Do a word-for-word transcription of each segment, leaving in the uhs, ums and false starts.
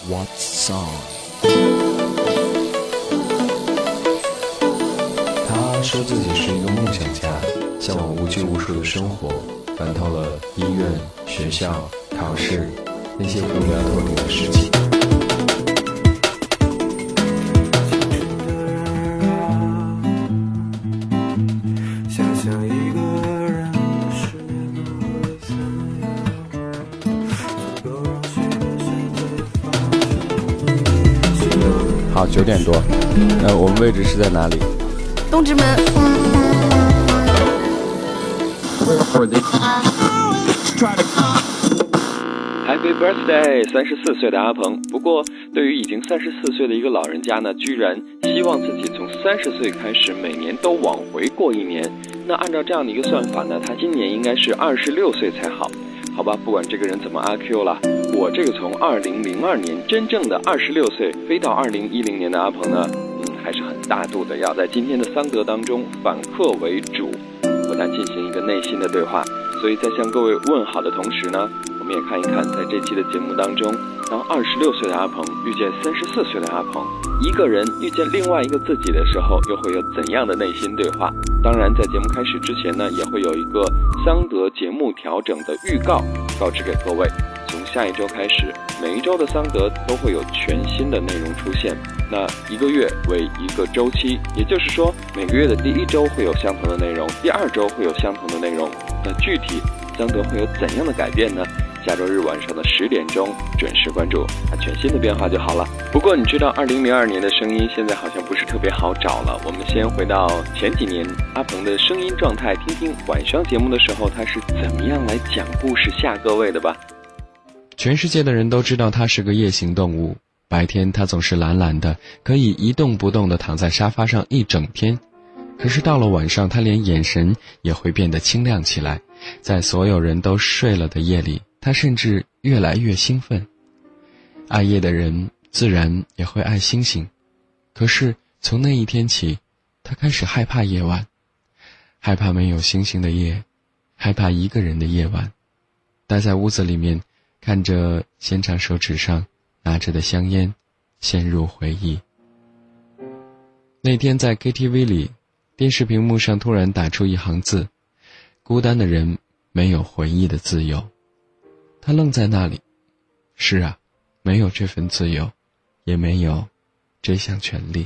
What Song。 他说自己是一个梦想家，向往无拘无束的生活，烦透了医院、学校、考试那些无聊透顶的事情。 好，九点多，呃，我们位置是在哪里？ 东直门。 Happy birthday， 三十四岁的阿鹏。不过，对于已经三十四岁的一个老人家呢，居然希望自己从三十岁开始，每年都往回过一年。那按照这样的一个算法呢，他今年应该是二十六岁才好。好吧，不管这个人怎么阿 Q 了，我这个从二零零二年真正的二十六岁飞到二零一零年的阿鹏呢，嗯，还是很大度的，要在今天的桑德当中反客为主，和他进行一个内心的对话。所以在向各位问好的同时呢，我们也看一看在这期的节目当中，当二十六岁的阿鹏遇见三十四岁的阿鹏，一个人遇见另外一个自己的时候，又会有怎样的内心对话？当然在节目开始之前呢，也会有一个桑德节目调整的预告告知给各位。从下一周开始，每一周的桑德都会有全新的内容出现。那一个月为一个周期，也就是说每个月的第一周会有相同的内容，第二周会有相同的内容。那具体桑德会有怎样的改变呢？下周日晚上的十点钟准时关注它全新的变化就好了。不过你知道二零零二年的声音现在好像不是特别好找了，我们先回到前几年阿鹏的声音状态，听听晚上节目的时候他是怎么样来讲故事吓各位的吧。 全世界的人都知道他是个夜行动物，白天他总是懒懒的，可以一动不动地躺在沙发上一整天。可是到了晚上，他连眼神也会变得清亮起来，在所有人都睡了的夜里，他甚至越来越兴奋。爱夜的人自然也会爱星星，可是从那一天起，他开始害怕夜晚，害怕没有星星的夜，害怕一个人的夜晚，待在屋子里面，看着纤长手指上拿着的香烟，陷入回忆。那天在 K T V 里，电视屏幕上突然打出一行字：孤单的人没有回忆的自由。他愣在那里，是啊，没有这份自由，也没有这项权利。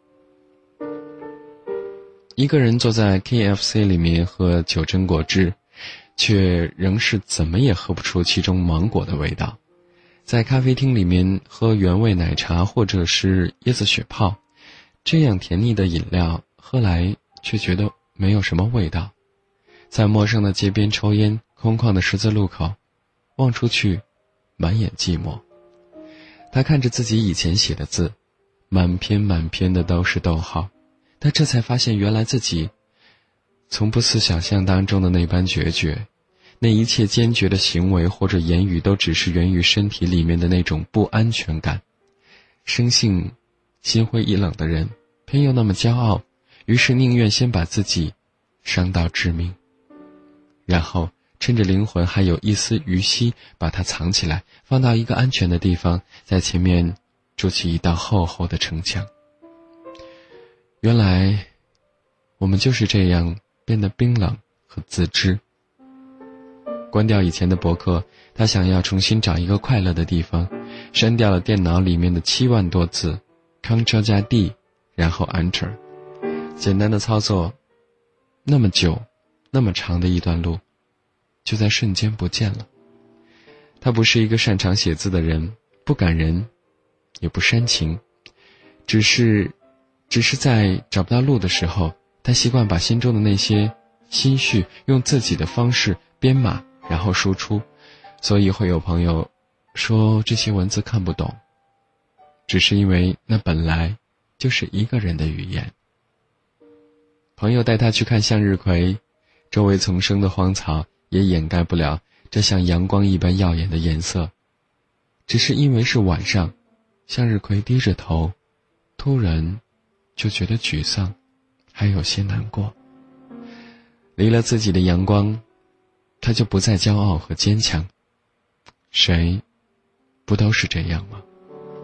一个人坐在 K F C 里面喝九珍果汁，却仍是怎么也喝不出其中芒果的味道。在咖啡厅里面喝原味奶茶或者是椰子雪泡，这样甜腻的饮料喝来却觉得没有什么味道。在陌生的街边抽烟，空旷的十字路口，望出去满眼寂寞。他看着自己以前写的字，满篇满篇的都是逗号。他这才发现，原来自己从不似想象当中的那般决绝，那一切坚决的行为或者言语都只是源于身体里面的那种不安全感。生性心灰意冷的人偏又那么骄傲，于是宁愿先把自己伤到致命，然后趁着灵魂还有一丝余息，把它藏起来，放到一个安全的地方，在前面筑起一道厚厚的城墙。原来我们就是这样变得冰冷和自知。关掉以前的博客，他想要重新找一个快乐的地方，删掉了电脑里面的七万多字 Ctrl 加 D 然后 Enter， 简单的操作，那么久那么长的一段路就在瞬间不见了。他不是一个擅长写字的人，不感人也不煽情，只是只是在找不到路的时候，他习惯把心中的那些心绪用自己的方式编码然后输出，所以会有朋友说这些文字看不懂，只是因为那本来就是一个人的语言。朋友带他去看向日葵，周围丛生的荒草也掩盖不了这像阳光一般耀眼的颜色，只是因为是晚上，向日葵低着头，突然就觉得沮丧，还有些难过。离了自己的阳光，他就不再骄傲和坚强。谁不都是这样吗？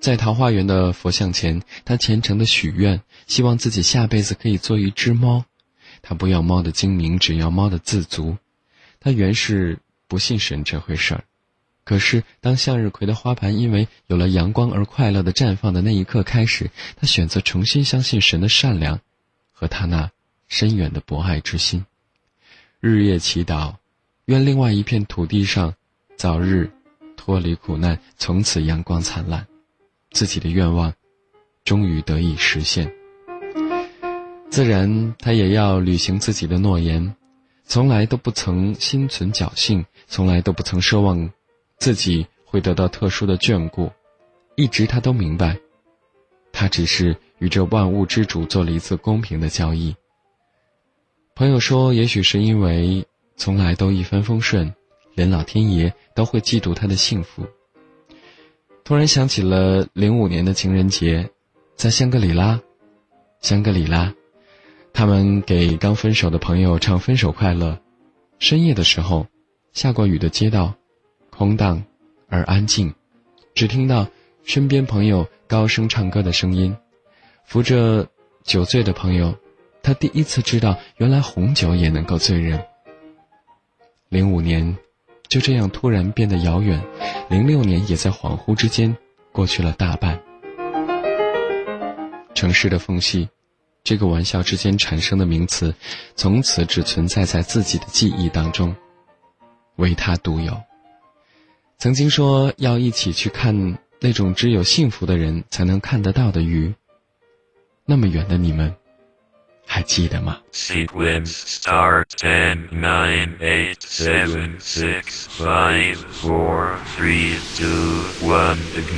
在桃花源的佛像前，他虔诚的许愿，希望自己下辈子可以做一只猫。他不要猫的精明，只要猫的自足。他原是不信神这回事儿，可是当向日葵的花盘因为有了阳光而快乐地绽放的那一刻开始，他选择重新相信神的善良和他那深远的博爱之心。日夜祈祷，愿另外一片土地上早日脱离苦难，从此阳光灿烂。自己的愿望终于得以实现。自然他也要履行自己的诺言，从来都不曾心存侥幸，从来都不曾奢望自己会得到特殊的眷顾。一直他都明白，他只是与这万物之主做了一次公平的交易。朋友说，也许是因为从来都一帆风顺，连老天爷都会嫉妒他的幸福。突然想起了零五年的情人节，在香格里拉，香格里拉，他们给刚分手的朋友唱分手快乐。深夜的时候，下过雨的街道空荡而安静，只听到身边朋友高声唱歌的声音。扶着酒醉的朋友，他第一次知道原来红酒也能够醉人。零五年就这样突然变得遥远，零六年也在恍惚之间过去了大半。城市的缝隙，这个玩笑之间产生的名词，从此只存在在自己的记忆当中，唯他独有。曾经说要一起去看那种只有幸福的人才能看得到的鱼，那么远的你们还记得吗？ Sequence start ten, nine, eight, seven, six, five, four, three, two, one,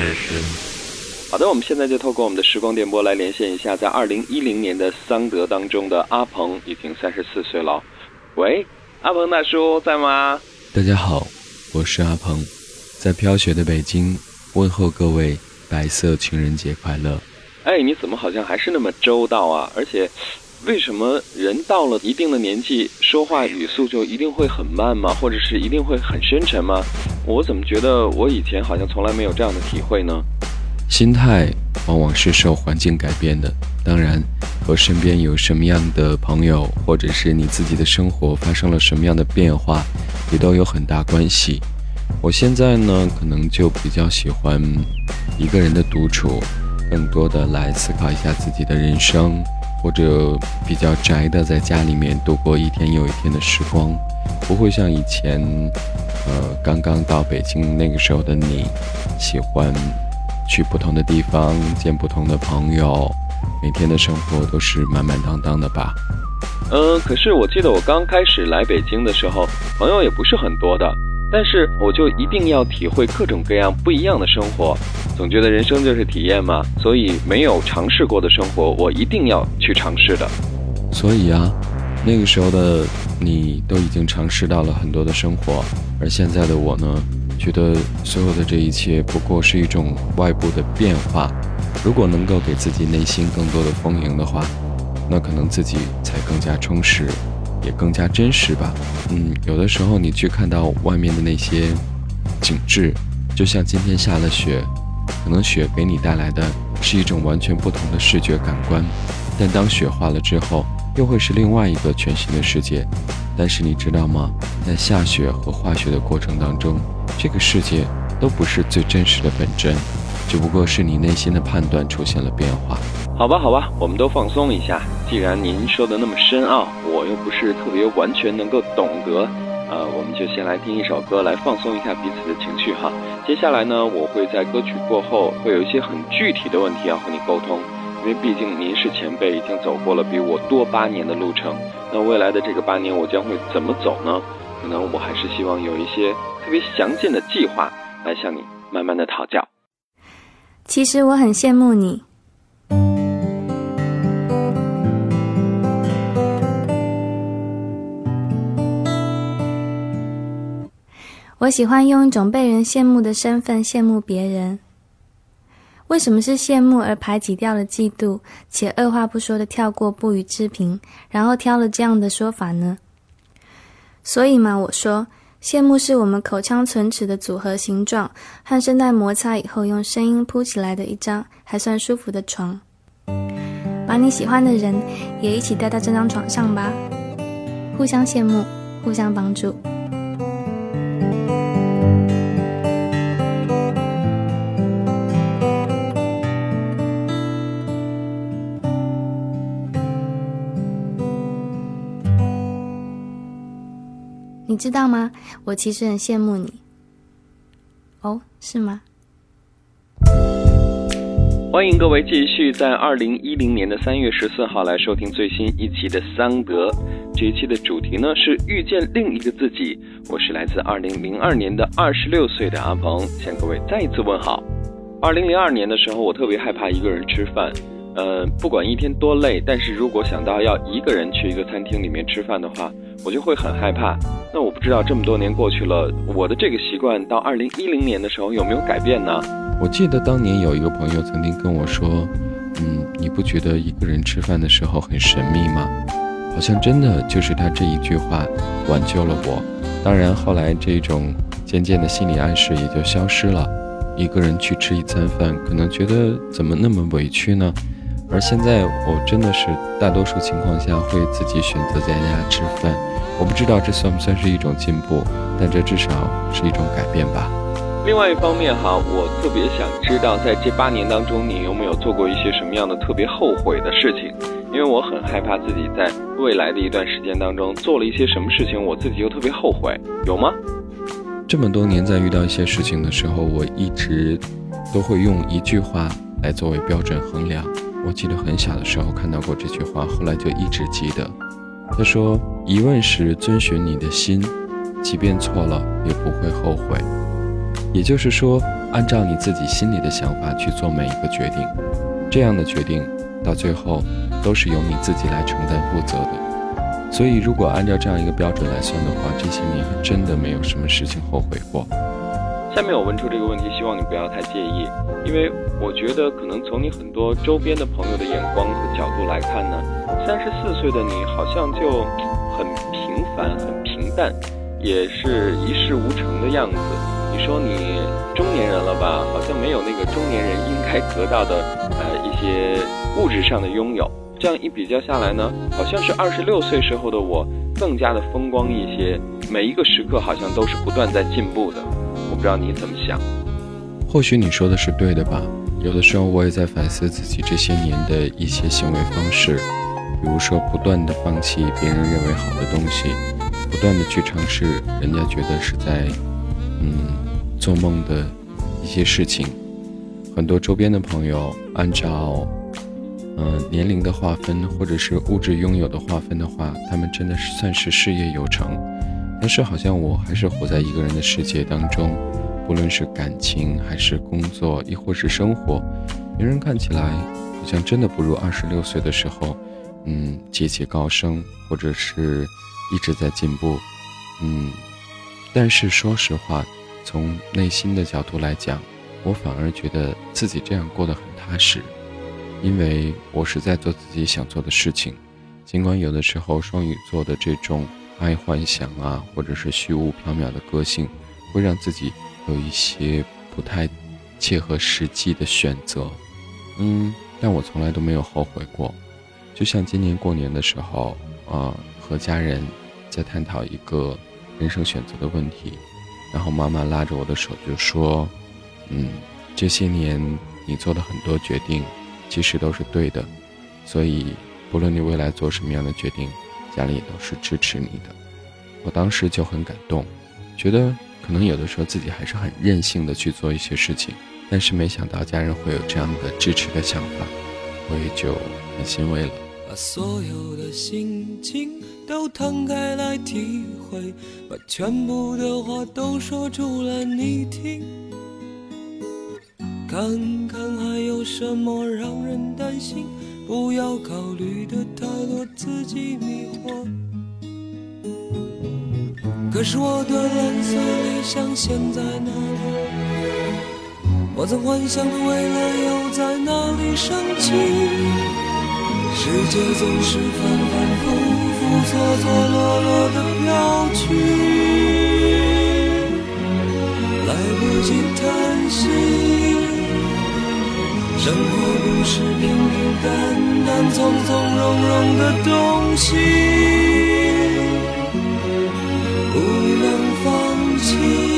ignition。 好的，我们现在就透过我们的时光电波来连线一下，在二零一零年的桑德当中的阿鹏已经三十四岁了。喂，阿鹏大叔在吗？ 大家好，我是阿鹏，在飘雪的北京问候各位白色情人节快乐。 哎，你怎么好像还是那么周到啊？而且为什么人到了一定的年纪，说话语速就一定会很慢吗？或者是一定会很深沉吗？我怎么觉得我以前好像从来没有这样的体会呢？ 心态往往是受环境改变的，当然和身边有什么样的朋友，或者是你自己的生活发生了什么样的变化，也都有很大关系。我现在呢，可能就比较喜欢一个人的独处，更多的来思考一下自己的人生，或者比较宅的在家里面度过一天又一天的时光，不会像以前呃，刚刚到北京那个时候的你，喜欢去不同的地方见不同的朋友，每天的生活都是满满当当的吧。 呃，可是我记得我刚开始来北京的时候，朋友也不是很多的，但是我就一定要体会各种各样不一样的生活，总觉得人生就是体验嘛，所以没有尝试过的生活，我一定要去尝试的。 所以啊，那个时候的你都已经尝试到了很多的生活，而现在的我呢，觉得所有的这一切不过是一种外部的变化。如果能够给自己内心更多的丰盈的话，那可能自己才更加充实，也更加真实吧。嗯，有的时候你去看到外面的那些景致，就像今天下了雪，可能雪给你带来的是一种完全不同的视觉感官，但当雪化了之后，又会是另外一个全新的世界。但是你知道吗，在下雪和化雪的过程当中，这个世界都不是最真实的本真，只不过是你内心的判断出现了变化。 好吧好吧，我们都放松一下，既然您说的那么深奥，我又不是特别完全能够懂得，呃，我们就先来听一首歌来放松一下彼此的情绪哈。接下来呢，我会在歌曲过后会有一些很具体的问题要和你沟通，因为毕竟您是前辈，已经走过了比我多八年的路程，那未来的这个八年我将会怎么走呢？可能我还是希望有一些特别详尽的计划来向你慢慢的讨教。 其实我很羡慕你，我喜欢用一种被人羡慕的身份羡慕别人。为什么是羡慕而排挤掉了嫉妒，且二话不说的跳过不予置评，然后挑了这样的说法呢？所以嘛，我说羡慕是我们口腔唇齿的组合形状，和声带摩擦以后用声音铺起来的一张还算舒服的床。把你喜欢的人也一起带到这张床上吧，互相羡慕，互相帮助。你知道吗？我其实很羡慕你。哦，是吗？ 欢迎各位继续在二零一零年的三月十四号来收听最新一期的桑德。这一期的主题呢是遇见另一个自己。我是来自二零零二年的二十六岁的阿鹏，向各位再一次问好。二零零二年的时候，我特别害怕一个人吃饭。呃，不管一天多累，但是如果想到要一个人去一个餐厅里面吃饭的话，我就会很害怕。那我不知道这么多年过去了，我的这个习惯到二零一零年的时候有没有改变呢？ 我记得当年有一个朋友曾经跟我说，嗯，你不觉得一个人吃饭的时候很神秘吗？好像真的就是他这一句话挽救了我。当然后来这种渐渐的心理暗示也就消失了，一个人去吃一餐饭可能觉得怎么那么委屈呢？而现在我真的是大多数情况下会自己选择在家吃饭。我不知道这算不算是一种进步，但这至少是一种改变吧。 另外一方面哈，我特别想知道在这八年当中你有没有做过一些什么样的特别后悔的事情，因为我很害怕自己在未来的一段时间当中做了一些什么事情我自己又特别后悔，有吗？ 这么多年在遇到一些事情的时候，我一直都会用一句话来作为标准衡量。我记得很小的时候看到过这句话，后来就一直记得。他说，疑问时遵循你的心，即便错了也不会后悔。也就是说，按照你自己心里的想法去做每一个决定，这样的决定到最后都是由你自己来承担负责的。所以如果按照这样一个标准来算的话，这些年还真的没有什么事情后悔过。 下面我问出这个问题，希望你不要太介意，因为我觉得可能从你很多周边的朋友的眼光和角度来看呢，三十四岁的你好像就很平凡很平淡，也是一事无成的样子。你说你中年人了吧，好像没有那个中年人应该得到的呃一些物质上的拥有。这样一比较下来呢，好像是二十六岁时候的我更加的风光一些，每一个时刻好像都是不断在进步的。我不知道你怎么想。 或许你说的是对的吧，有的时候我也在反思自己这些年的一些行为方式，比如说不断的放弃别人认为好的东西，不断的去尝试人家觉得是在嗯做梦的一些事情。很多周边的朋友按照嗯、呃、年龄的划分或者是物质拥有的划分的话，他们真的是算是事业有成，但是好像我还是活在一个人的世界当中，不论是感情还是工作亦或是生活，别人看起来好像真的不如二十六岁的时候嗯节节高升，或者是一直在进步。嗯但是说实话，从内心的角度来讲，我反而觉得自己这样过得很踏实，因为我是在做自己想做的事情。尽管有的时候双鱼座的这种爱幻想啊，或者是虚无缥缈的个性，会让自己有一些不太切合实际的选择。嗯，但我从来都没有后悔过。就像今年过年的时候啊、呃，和家人在探讨一个人生选择的问题，然后妈妈拉着我的手就说，嗯，这些年你做的很多决定其实都是对的，所以不论你未来做什么样的决定，家里也都是支持你的。我当时就很感动，觉得可能有的时候自己还是很任性的去做一些事情，但是没想到家人会有这样的支持的想法，我也就很欣慰了。 把所有的心情都摊开来体会，把全部的话都说出来你听，看看还有什么让人担心，不要考虑的太多，自己迷惑。可是我的蓝色理想现在哪里？我曾幻想的未来又在哪里升起？世界总是反反复复、错错落落的飘去。 不及叹息。生活不是平平淡淡、从从容容的东西，不能放弃。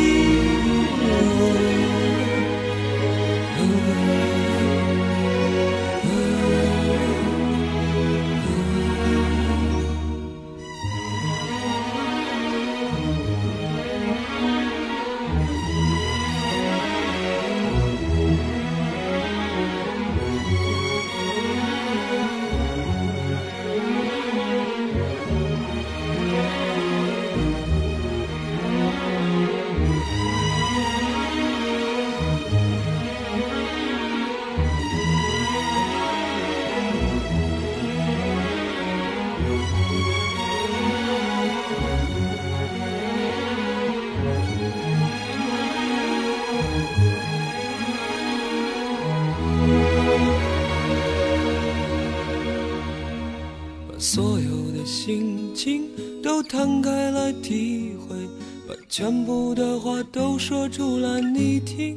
所有的心情都摊开来体会，把全部的话都说出来你听，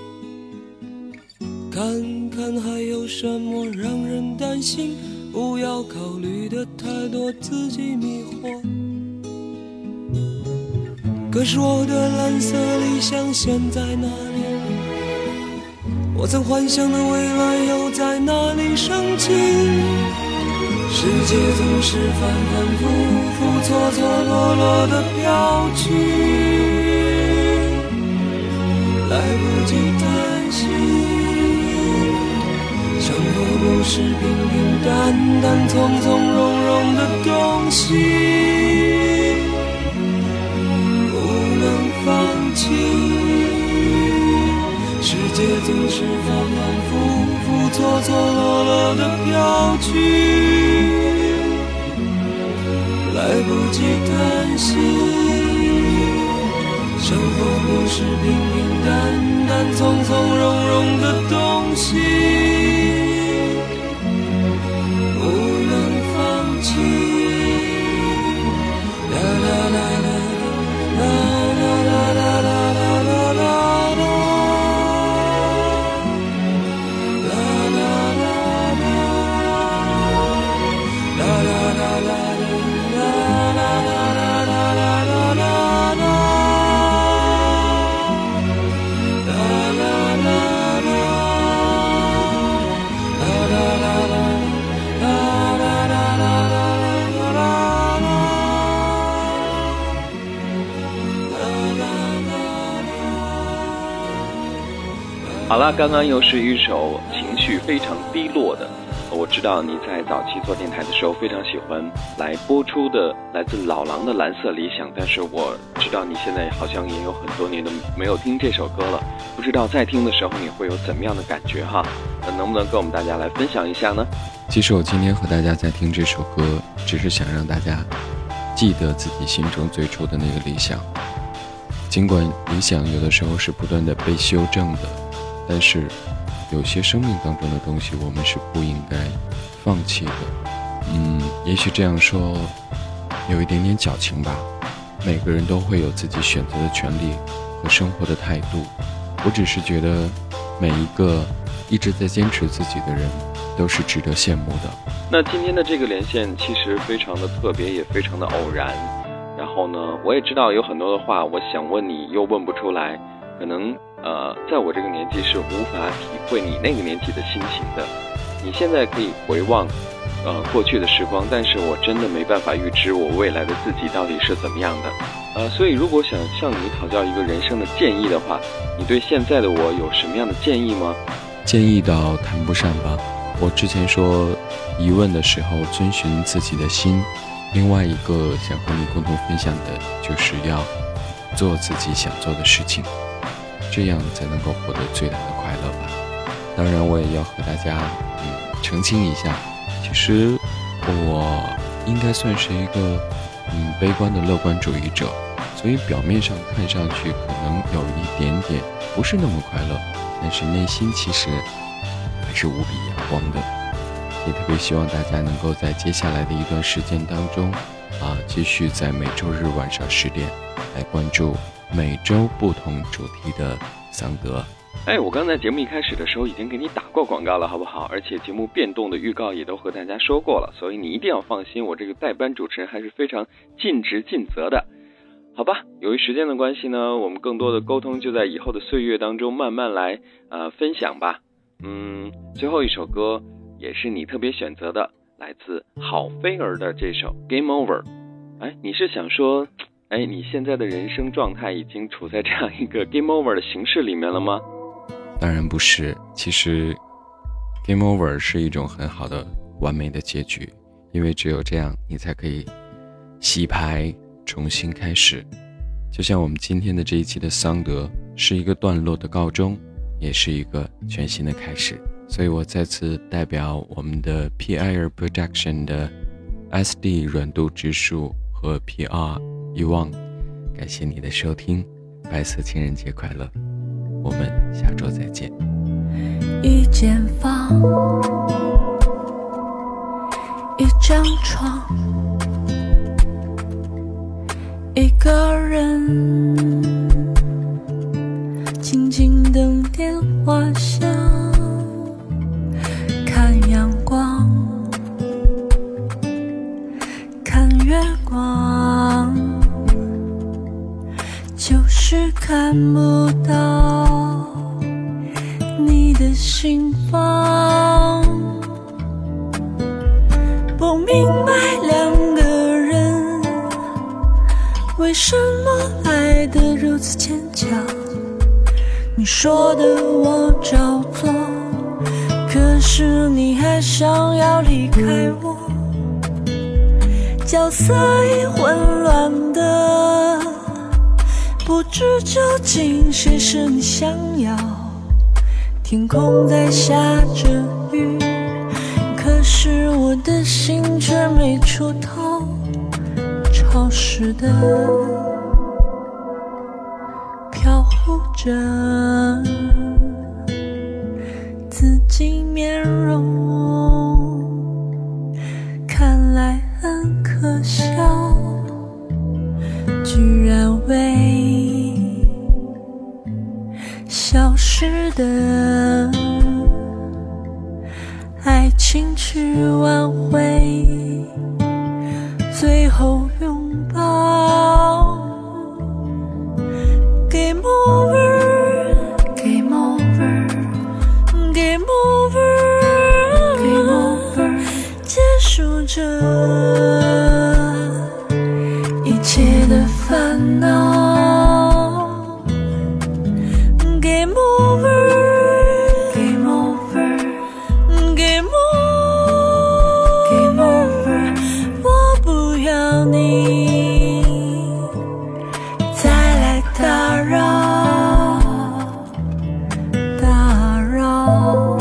看看还有什么让人担心，不要考虑的太多，自己迷惑。可是我的蓝色理想现在哪里？我曾幻想的未来又在哪里升起？世界总是反反复复、错错落落的飘去，来不及叹息。生活不是平平淡淡、从从容容的东西，不能放弃。世界总是反反复复、错错落落的飘去，来不及叹息。生活不是平平淡淡、从从容容的东西，不能放弃。啦啦啦啦啦啦啦啦啦啦啦啦。 好了，刚刚又是一首情绪非常低落的。我知道你在早期做电台的时候非常喜欢来播出的来自老狼的蓝色理想，但是我知道你现在好像也有很多年都没有听这首歌了，不知道在听的时候你会有怎么样的感觉哈？那能不能跟我们大家来分享一下呢？ 其实我今天和大家在听这首歌，只是想让大家记得自己心中最初的那个理想，尽管理想有的时候是不断的被修正的，但是有些生命当中的东西我们是不应该放弃的。嗯，也许这样说有一点点矫情吧，每个人都会有自己选择的权利和生活的态度，我只是觉得每一个一直在坚持自己的人都是值得羡慕的。 那今天的这个连线其实非常的特别，也非常的偶然，然后呢我也知道有很多的话我想问你又问不出来，可能呃，在我这个年纪是无法体会你那个年纪的心情的。你现在可以回望呃过去的时光，但是我真的没办法预知我未来的自己到底是怎么样的。呃，所以如果想向你讨教一个人生的建议的话，你对现在的我有什么样的建议吗？ 建议倒谈不上吧，我之前说疑问的时候遵循自己的心，另外一个想和你共同分享的就是要做自己想做的事情，这样才能够获得最大的快乐吧。当然我也要和大家嗯澄清一下，其实我应该算是一个嗯悲观的乐观主义者，所以表面上看上去可能有一点点不是那么快乐，但是内心其实还是无比阳光的。也特别希望大家能够在接下来的一段时间当中啊，继续在每周日晚上十点来关注每周不同主题的桑德。 哎，我刚才节目一开始的时候已经给你打过广告了，好不好？而且节目变动的预告也都和大家说过了，所以你一定要放心，我这个代班主持人还是非常尽职尽责的。好吧，由于时间的关系呢，我们更多的沟通就在以后的岁月当中慢慢来呃分享吧。嗯，最后一首歌也是你特别选择的，来自郝菲儿的这首 Game Over。 哎，你是想说哎，你现在的人生状态已经处在这样一个 Game Over 的形式里面了吗？ 当然不是，其实 Game Over 是一种很好的完美的结局，因为只有这样你才可以洗牌重新开始。就像我们今天的这一期的桑德，是一个段落的告终，也是一个全新的开始。所以我再次代表我们的 P I R Production 的 S D 软度指数和 P R 遗忘，感谢你的收听，白色情人节快乐，我们下周再见。 一间房，一张床，一个人，静静等电话响，看阳光，看月光，就是看不到你的心房。不明白两个人为什么爱得如此牵强，你说的我照做，可是你还想要离开我，角色已混乱的不知究竟谁是你想要。天空在下着雨，可是我的心却没出头，潮湿的飘忽着自己面容，看来很可笑，居然为消失的爱情去挽回最后拥抱。 Game over Game over Game over Game over 结束这一切的烦恼。 Game over Game over Game over Game over 我不要你再来打扰打扰。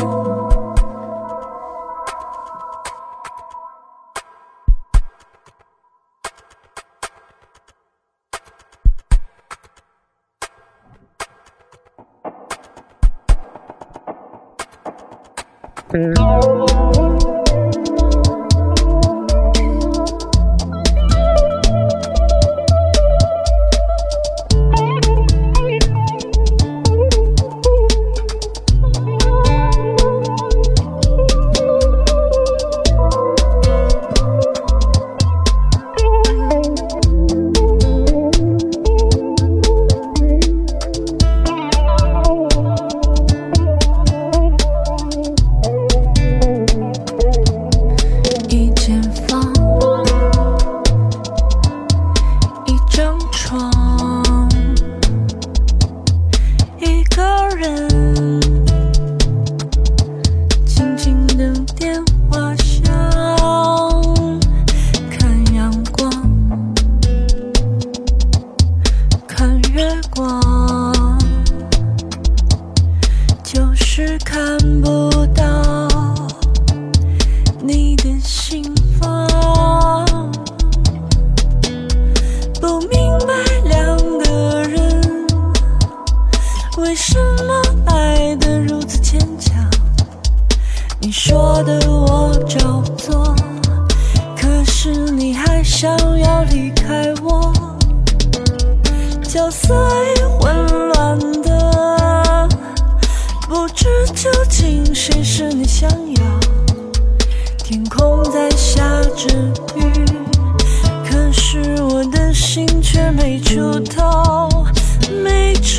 角色混乱的，不知究竟谁是你想要。天空在下着雨，可是我的心却没出头，没出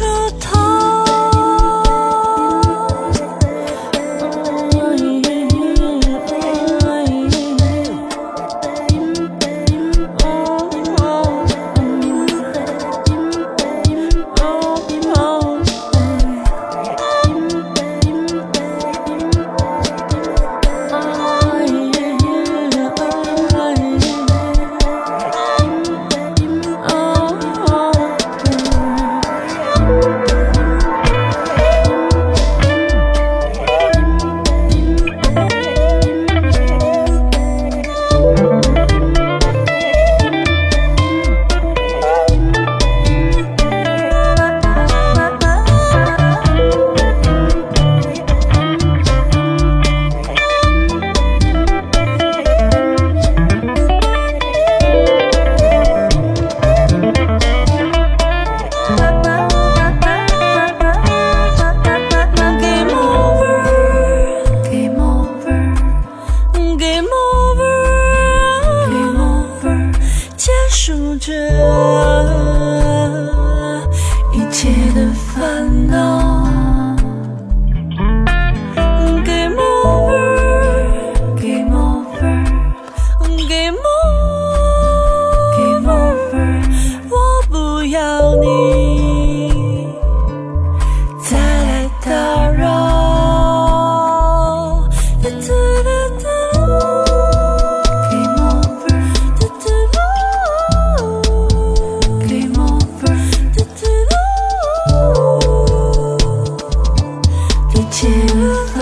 头。Game over.